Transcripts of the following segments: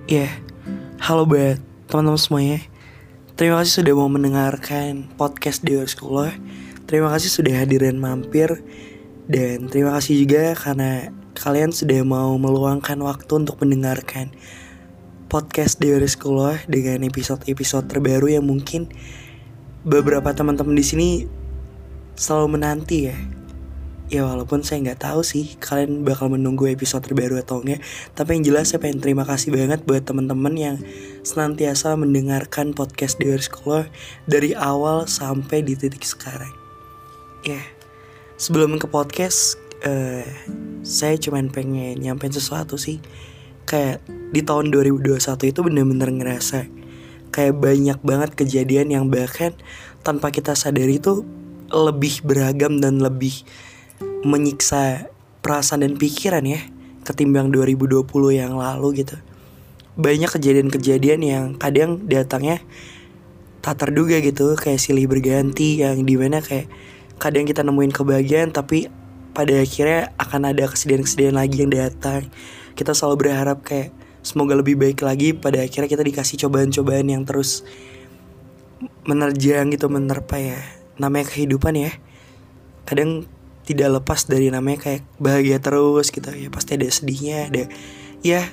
Ya, halo buat teman-teman semuanya. Terima kasih sudah mau mendengarkan podcast Dewa Sekolah. Terima kasih sudah hadir dan mampir. Dan terima kasih juga karena kalian sudah mau meluangkan waktu untuk mendengarkan podcast Dewa Sekolah dengan episode-episode terbaru yang mungkin beberapa teman-teman di sini selalu menanti ya. Ya walaupun saya nggak tahu sih kalian bakal menunggu episode terbaru atau enggak. Tapi yang jelas saya pengen terima kasih banget buat teman-teman yang senantiasa mendengarkan podcast Dewa Sekolah dari awal sampai di titik sekarang. Ya, sebelum ke podcast, saya cuman pengen nyampein sesuatu sih. Kayak di tahun 2021 itu bener-bener ngerasa kayak banyak banget kejadian yang bahkan tanpa kita sadari itu lebih beragam dan lebih menyiksa perasaan dan pikiran ya ketimbang 2020 yang lalu gitu. Banyak kejadian-kejadian yang kadang datangnya tak terduga gitu, kayak silih berganti yang dimana kayak kadang kita nemuin kebahagiaan tapi pada akhirnya akan ada kesedihan-kesedihan lagi yang datang. Kita selalu berharap kayak semoga lebih baik lagi, pada akhirnya kita dikasih cobaan-cobaan yang terus menerjang gitu, menerpa ya. Namanya kehidupan ya. Kadang tidak lepas dari namanya kayak bahagia terus gitu ya, pasti ada sedihnya, ada ya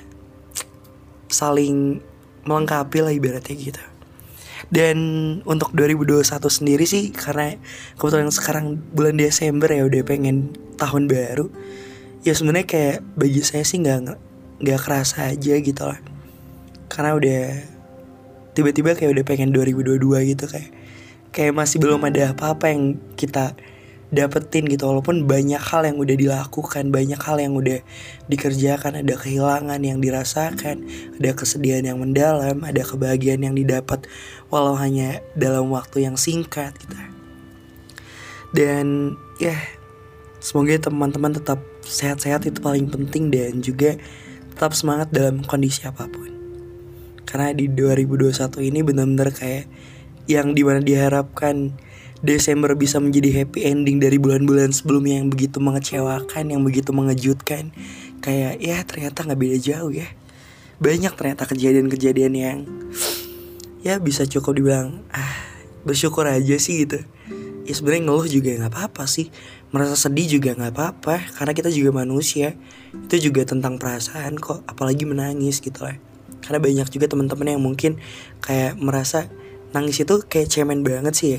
saling melengkapi lah ibaratnya gitu. Dan untuk 2021 sendiri sih, karena kebetulan sekarang bulan Desember ya, udah pengen tahun baru. Ya sebenarnya kayak bagi saya sih nggak kerasa aja gitu lah, karena udah tiba-tiba kayak udah pengen 2022 gitu, kayak masih belum ada apa-apa yang kita dapetin gitu. Walaupun banyak hal yang udah dilakukan, banyak hal yang udah dikerjakan, ada kehilangan yang dirasakan, ada kesedihan yang mendalam, ada kebahagiaan yang didapat walau hanya dalam waktu yang singkat gitu. Dan ya semoga teman-teman tetap sehat-sehat, itu paling penting, dan juga tetap semangat dalam kondisi apapun. Karena di 2021 ini benar-benar kayak yang dimana diharapkan Desember bisa menjadi happy ending dari bulan-bulan sebelumnya yang begitu mengecewakan, yang begitu mengejutkan. Kayak ya ternyata gak beda jauh ya. Banyak ternyata kejadian-kejadian yang ya bisa cukup dibilang bersyukur aja sih gitu. Ya sebenarnya ngeluh juga gak apa-apa sih, merasa sedih juga gak apa-apa, karena kita juga manusia. Itu juga tentang perasaan kok, apalagi menangis gitu lah. Karena banyak juga teman-teman yang mungkin kayak merasa nangis itu kayak cemen banget sih ya,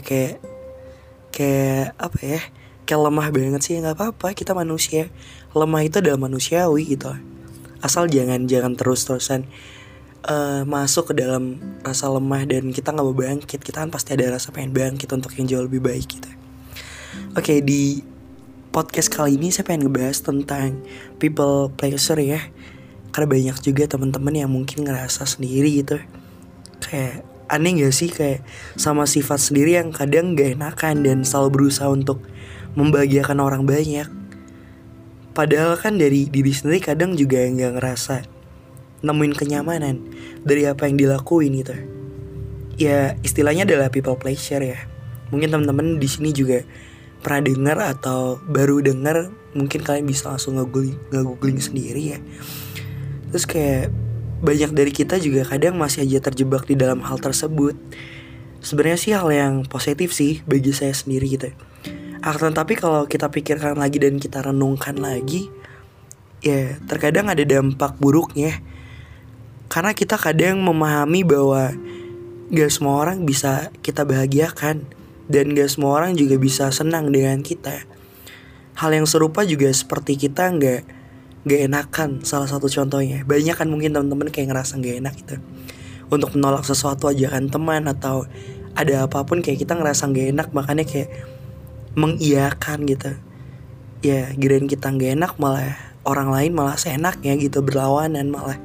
kayak apa ya, kayak lemah banget sih. Nggak apa-apa, kita manusia, lemah itu adalah manusiawi gitu, asal jangan terus-terusan masuk ke dalam rasa lemah dan kita nggak mau bangkit. Kita kan pasti ada rasa pengen bangkit untuk yang jauh lebih baik gitu. Oke, di podcast kali ini saya pengen ngebahas tentang people pleasure ya, karena banyak juga teman-teman yang mungkin ngerasa sendiri gitu. Kayak aneh gak sih kayak sama sifat sendiri yang kadang gak enakan dan selalu berusaha untuk membahagiakan orang banyak. Padahal kan dari diri sendiri kadang juga gak ngerasa nemuin kenyamanan dari apa yang dilakuin gitu. Ya istilahnya adalah people pleasure ya. Mungkin teman-teman di sini juga pernah dengar atau baru dengar, mungkin kalian bisa langsung nge-googling sendiri ya. Terus kayak banyak dari kita juga kadang masih aja terjebak di dalam hal tersebut. Sebenarnya sih hal yang positif sih bagi saya sendiri gitu. Akan tapi kalau kita pikirkan lagi dan kita renungkan lagi, ya terkadang ada dampak buruknya. Karena kita kadang memahami bahwa gak semua orang bisa kita bahagiakan, dan gak semua orang juga bisa senang dengan kita. Hal yang serupa juga seperti kita gak enakan. Salah satu contohnya, banyak kan mungkin teman-teman kayak ngerasa gak enak gitu untuk menolak sesuatu ajakan teman, atau ada apapun kayak kita ngerasa gak enak, makanya kayak mengiyakan gitu. Ya giliran kita gak enak malah orang lain malah seenaknya gitu, berlawanan malah.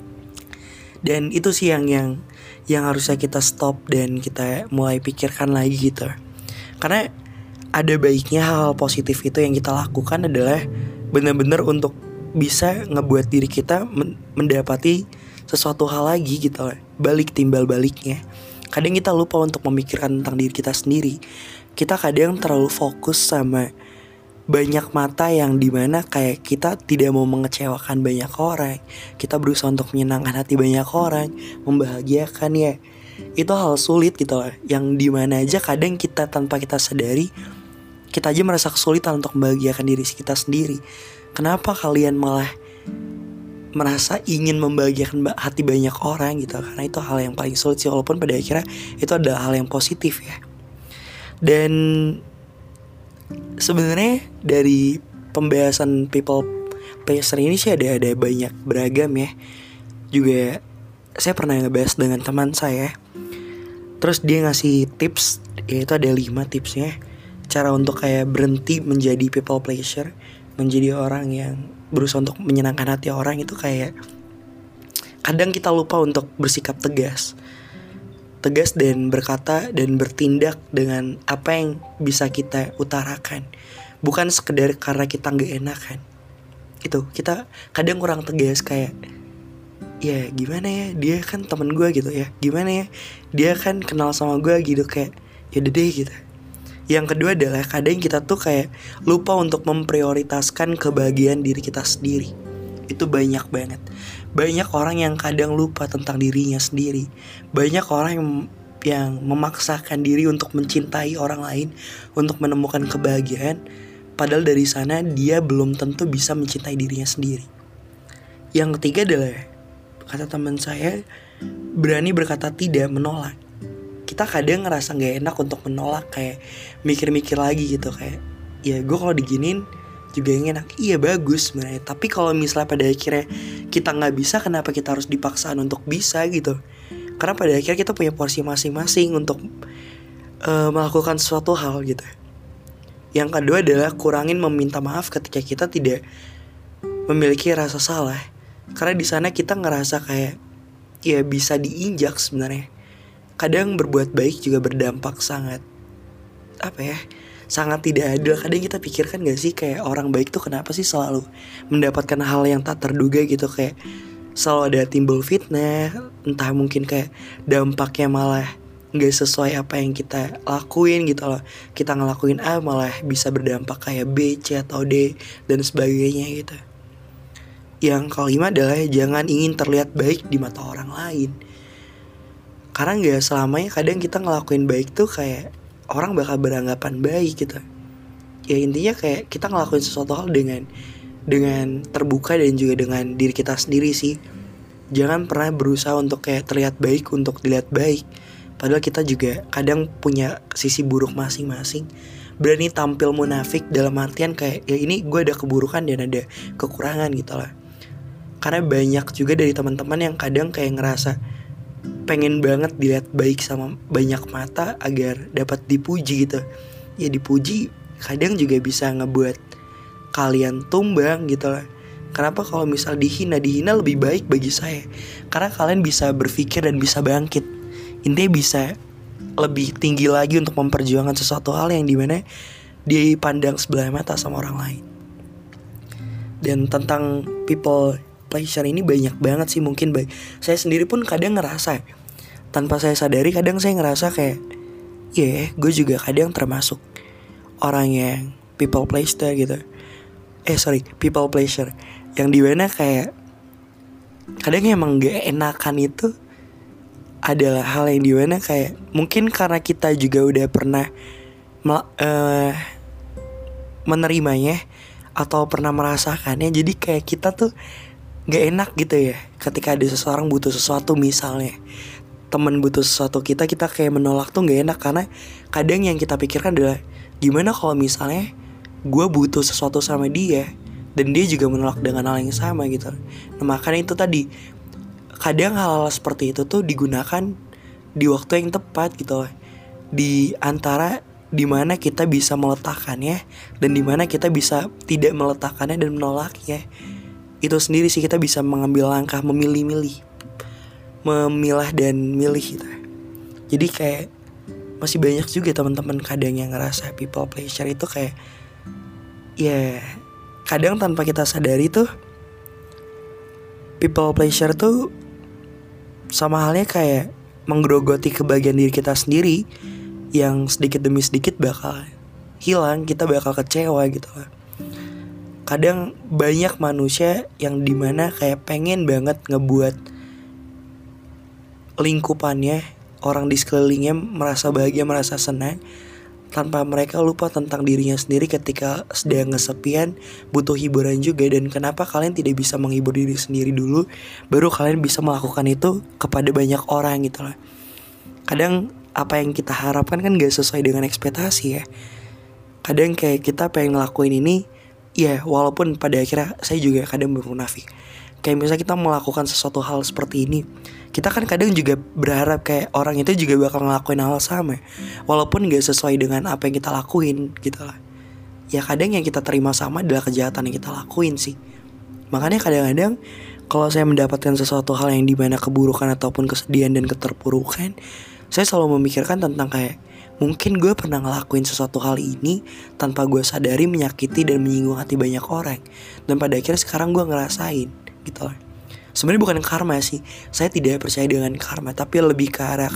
Dan itu sih yang harusnya kita stop dan kita mulai pikirkan lagi gitu. Karena ada baiknya hal positif itu yang kita lakukan adalah benar-benar untuk bisa ngebuat diri kita mendapati sesuatu hal lagi gitu, balik timbal baliknya. Kadang kita lupa untuk memikirkan tentang diri kita sendiri. Kita kadang terlalu fokus sama banyak mata yang dimana kayak kita tidak mau mengecewakan banyak orang, kita berusaha untuk menyenangkan hati banyak orang, membahagiakan ya. Itu hal sulit gitu loh, yang dimana aja kadang kita tanpa kita sadari, kita aja merasa kesulitan untuk membahagiakan diri kita sendiri. Kenapa kalian malah merasa ingin membahagiakan hati banyak orang gitu? Karena itu hal yang paling sulit sih, walaupun pada akhirnya itu adalah hal yang positif ya. Dan sebenarnya dari pembahasan people pleaser ini sih ada banyak beragam ya. Juga saya pernah ngebahas dengan teman saya, terus dia ngasih tips, yaitu ada 5 tipsnya cara untuk kayak berhenti menjadi people pleaser, menjadi orang yang berusaha untuk menyenangkan hati orang. Itu kayak kadang kita lupa untuk bersikap tegas dan berkata dan bertindak dengan apa yang bisa kita utarakan, bukan sekedar karena kita gak enakan. Itu kita kadang kurang tegas, kayak ya gimana ya, dia kan temen gue gitu ya, gimana ya, dia kan kenal sama gue gitu, kayak yaudah deh gitu. Yang kedua adalah kadang kita tuh kayak lupa untuk memprioritaskan kebahagiaan diri kita sendiri. Itu banyak banget. Banyak orang yang kadang lupa tentang dirinya sendiri. Banyak orang yang memaksakan diri untuk mencintai orang lain, untuk menemukan kebahagiaan, padahal dari sana dia belum tentu bisa mencintai dirinya sendiri. Yang ketiga adalah, kata teman saya, berani berkata tidak, menolak. Kita kadang ngerasa gak enak untuk menolak, kayak mikir-mikir lagi gitu, kayak ya gue kalau diginin juga yang enak. Iya bagus sebenarnya, tapi kalau misalnya pada akhirnya kita gak bisa, kenapa kita harus dipaksakan untuk bisa gitu? Karena pada akhirnya kita punya porsi masing-masing untuk melakukan suatu hal gitu. Yang kedua adalah kurangin meminta maaf ketika kita tidak memiliki rasa salah. Karena di sana kita ngerasa kayak ya bisa diinjak sebenarnya. Kadang berbuat baik juga berdampak sangat sangat tidak adil. Kadang kita pikirkan gak sih, kayak orang baik tuh kenapa sih selalu mendapatkan hal yang tak terduga gitu, kayak selalu ada timbul fitnah, entah mungkin kayak dampaknya malah gak sesuai apa yang kita lakuin gitu loh. Kita ngelakuin A malah bisa berdampak kayak B, C, atau D dan sebagainya gitu. Yang kelima adalah jangan ingin terlihat baik di mata orang lain. Karena gak selamanya kadang kita ngelakuin baik tuh kayak orang bakal beranggapan baik gitu. Ya intinya kayak kita ngelakuin sesuatu hal dengan terbuka dan juga dengan diri kita sendiri sih. Jangan pernah berusaha untuk kayak terlihat baik untuk dilihat baik, padahal kita juga kadang punya sisi buruk masing-masing. Berani tampil munafik dalam artian kayak ya ini gue ada keburukan dan ada kekurangan gitu lah. Karena banyak juga dari teman-teman yang kadang kayak ngerasa pengen banget dilihat baik sama banyak mata agar dapat dipuji gitu. Ya dipuji kadang juga bisa ngebuat kalian tumbang gitu lah. Kenapa kalau misal dihina lebih baik bagi saya, karena kalian bisa berpikir dan bisa bangkit. Intinya bisa lebih tinggi lagi untuk memperjuangkan sesuatu hal yang dimana dipandang sebelah mata sama orang lain. Dan tentang people pleasure ini banyak banget sih, mungkin baik saya sendiri pun kadang ngerasa, tanpa saya sadari kadang saya ngerasa kayak gue juga kadang termasuk orang yang people pleaser gitu. People pleasure, yang dimana kayak kadang emang gak enakan itu adalah hal yang dimana kayak mungkin karena kita juga udah pernah menerimanya atau pernah merasakannya, jadi kayak kita tuh gak enak gitu ya ketika ada seseorang butuh sesuatu, misalnya teman butuh sesuatu, kita kayak menolak tuh gak enak. Karena kadang yang kita pikirkan adalah gimana kalau misalnya gue butuh sesuatu sama dia dan dia juga menolak dengan hal yang sama gitu. Nah makanya itu tadi, kadang hal-hal seperti itu tuh digunakan di waktu yang tepat gitu loh, di antara dimana kita bisa meletakkannya dan dimana kita bisa tidak meletakkannya dan menolaknya. Itu sendiri sih, kita bisa mengambil langkah memilah dan milih gitu. Jadi kayak masih banyak juga teman-teman kadang yang ngerasa people pleasure itu kayak ya kadang tanpa kita sadari tuh people pleasure tuh sama halnya kayak menggerogoti kebahagiaan diri kita sendiri yang sedikit demi sedikit bakal hilang, kita bakal kecewa gitu lah. Kadang banyak manusia yang dimana kayak pengen banget ngebuat lingkupannya, orang di sekelilingnya merasa bahagia, merasa senang, tanpa mereka lupa tentang dirinya sendiri ketika sedang kesepian, butuh hiburan juga. Dan kenapa kalian tidak bisa menghibur diri sendiri dulu, baru kalian bisa melakukan itu kepada banyak orang gitu lah. Kadang apa yang kita harapkan kan gak sesuai dengan ekspektasi ya. Kadang kayak kita pengen ngelakuin ini, ya walaupun pada akhirnya saya juga kadang bermunafik. Kayak misalnya kita melakukan sesuatu hal seperti ini, kita kan kadang juga berharap kayak orang itu juga bakal ngelakuin hal sama, walaupun gak sesuai dengan apa yang kita lakuin gitu lah. Ya kadang yang kita terima sama adalah kejahatan yang kita lakuin sih. Makanya kadang-kadang kalau saya mendapatkan sesuatu hal yang dimana keburukan ataupun kesedihan dan keterpurukan, saya selalu memikirkan tentang kayak mungkin gue pernah ngelakuin sesuatu hal ini tanpa gue sadari menyakiti dan menyinggung hati banyak orang. Dan pada akhirnya sekarang gue ngerasain gitu lah. Sebenarnya bukan karma sih, saya tidak percaya dengan karma, tapi lebih ke arah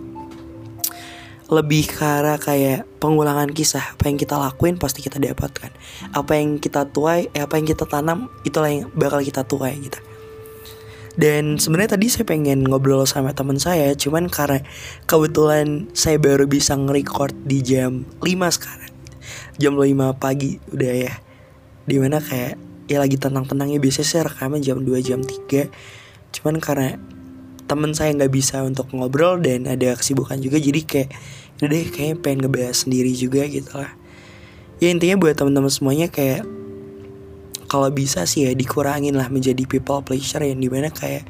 kayak pengulangan kisah. Apa yang kita lakuin pasti kita dapatkan. Apa yang kita tuai, apa yang kita tanam, itulah yang bakal kita tuai gitu. Dan sebenarnya tadi saya pengen ngobrol sama teman saya, cuman karena kebetulan saya baru bisa nge-record di jam 5 sekarang, jam 5 pagi udah ya, dimana kayak ya lagi tenang-tenangnya. Biasanya saya rekaman jam 2, jam 3. Cuman karena temen saya gak bisa untuk ngobrol dan ada kesibukan juga, jadi kayak udah deh kayaknya pengen ngebahas sendiri juga gitu lah. Ya intinya buat teman-teman semuanya kayak kalau bisa sih ya dikurangin lah menjadi people pleasure, yang dimana kayak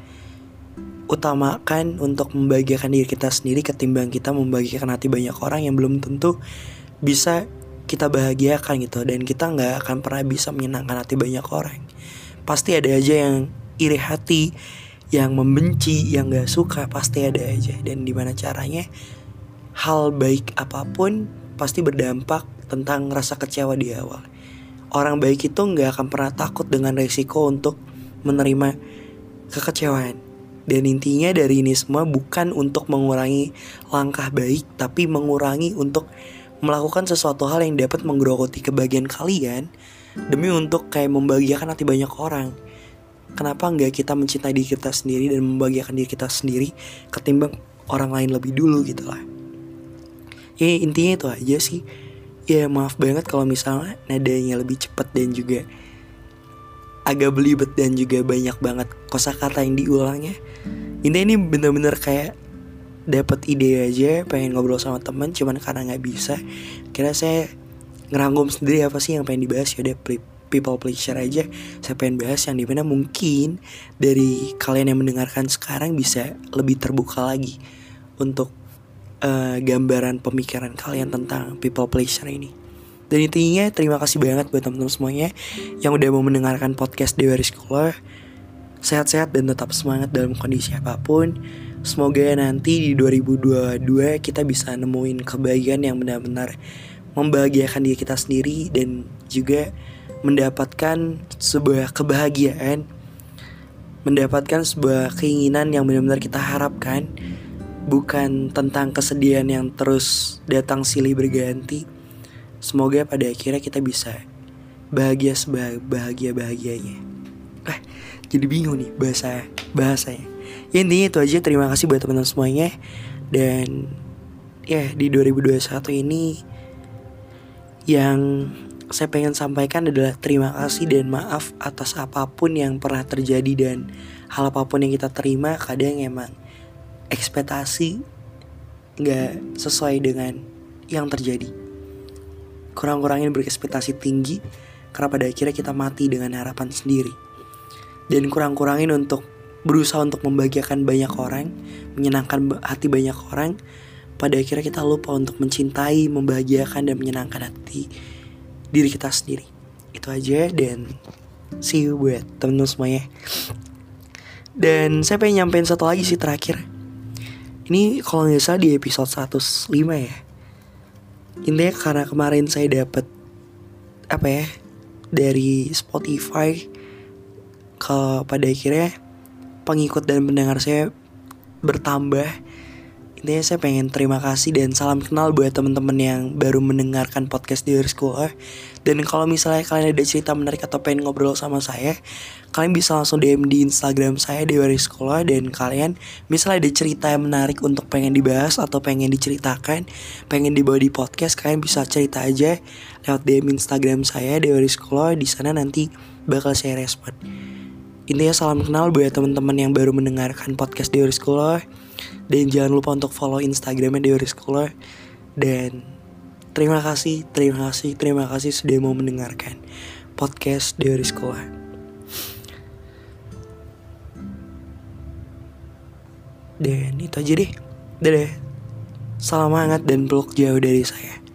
utamakan untuk membahagiakan diri kita sendiri ketimbang kita membahagiakan hati banyak orang yang belum tentu bisa kita bahagiakan gitu. Dan kita gak akan pernah bisa menyenangkan hati banyak orang. Pasti ada aja yang iri hati, yang membenci, yang gak suka, pasti ada aja. Dan dimana caranya, hal baik apapun pasti berdampak tentang rasa kecewa di awal. Orang baik itu gak akan pernah takut dengan resiko untuk menerima kekecewaan. Dan intinya dari ini semua bukan untuk mengurangi langkah baik, tapi mengurangi untuk melakukan sesuatu hal yang dapat menggerogoti kebahagiaan kalian demi untuk kayak membahagiakan hati banyak orang. Kenapa enggak kita mencintai diri kita sendiri dan membahagiakan diri kita sendiri ketimbang orang lain lebih dulu gitu lah. Ya intinya itu aja sih. Ya maaf banget kalau misalnya nadanya lebih cepat dan juga agak belibet dan juga banyak banget kosakata yang diulangnya. Intinya ini bener-bener kayak dapat ide aja, pengen ngobrol sama teman, cuman karena nggak bisa, kira saya ngerangkum sendiri apa sih yang pengen dibahas. Yaudah people pleasure aja, saya pengen bahas yang dimana mungkin dari kalian yang mendengarkan sekarang bisa lebih terbuka lagi untuk gambaran pemikiran kalian tentang people pleasure ini. Dan intinya terima kasih banget buat teman-teman semuanya yang udah mau mendengarkan podcast Dewa Rizkyla. Sehat-sehat dan tetap semangat dalam kondisi apapun. Semoga nanti di 2022 kita bisa nemuin kebahagiaan yang benar-benar membahagiakan diri kita sendiri, dan juga mendapatkan sebuah kebahagiaan, mendapatkan sebuah keinginan yang benar-benar kita harapkan, bukan tentang kesedihan yang terus datang silih berganti. Semoga pada akhirnya kita bisa bahagia sebahagia-bahagianya. Jadi bingung nih bahasanya. Ya intinya itu aja. Terima kasih buat teman-teman semuanya. Dan ya di 2021 ini yang saya pengen sampaikan adalah terima kasih dan maaf atas apapun yang pernah terjadi dan hal apapun yang kita terima. Kadang emang ekspektasi gak sesuai dengan yang terjadi. Kurang-kurangin berekspektasi tinggi, karena pada akhirnya kita mati dengan harapan sendiri. Dan kurang-kurangin untuk berusaha untuk membahagiakan banyak orang, menyenangkan hati banyak orang. Pada akhirnya kita lupa untuk mencintai, membahagiakan, dan menyenangkan hati diri kita sendiri. Itu aja, dan see you buat temen-temen semuanya. Dan saya pengen nyampein satu lagi sih terakhir. Ini kalau gak salah di episode 105 ya. Intinya karena kemarin saya dapet dari Spotify, kalau pada akhirnya pengikut dan pendengar saya bertambah. Intinya saya pengen terima kasih dan salam kenal buat teman-teman yang baru mendengarkan podcast Diary Scholar. Dan kalau misalnya kalian ada cerita menarik atau pengen ngobrol sama saya, kalian bisa langsung DM di Instagram saya Diary Scholar. Dan kalian misalnya ada cerita yang menarik untuk pengen dibahas atau pengen diceritakan, pengen dibawa di podcast, kalian bisa cerita aja lewat DM Instagram saya Diary Scholar. Di sana nanti bakal saya respon. Intinya salam kenal buat teman-teman yang baru mendengarkan podcast Diary Scholar. Dan jangan lupa untuk follow Instagramnya Diary Scholar. Dan terima kasih sudah mau mendengarkan podcast Diary Scholar. Dan itu aja deh. Dadah. Salam hangat dan peluk jauh dari saya.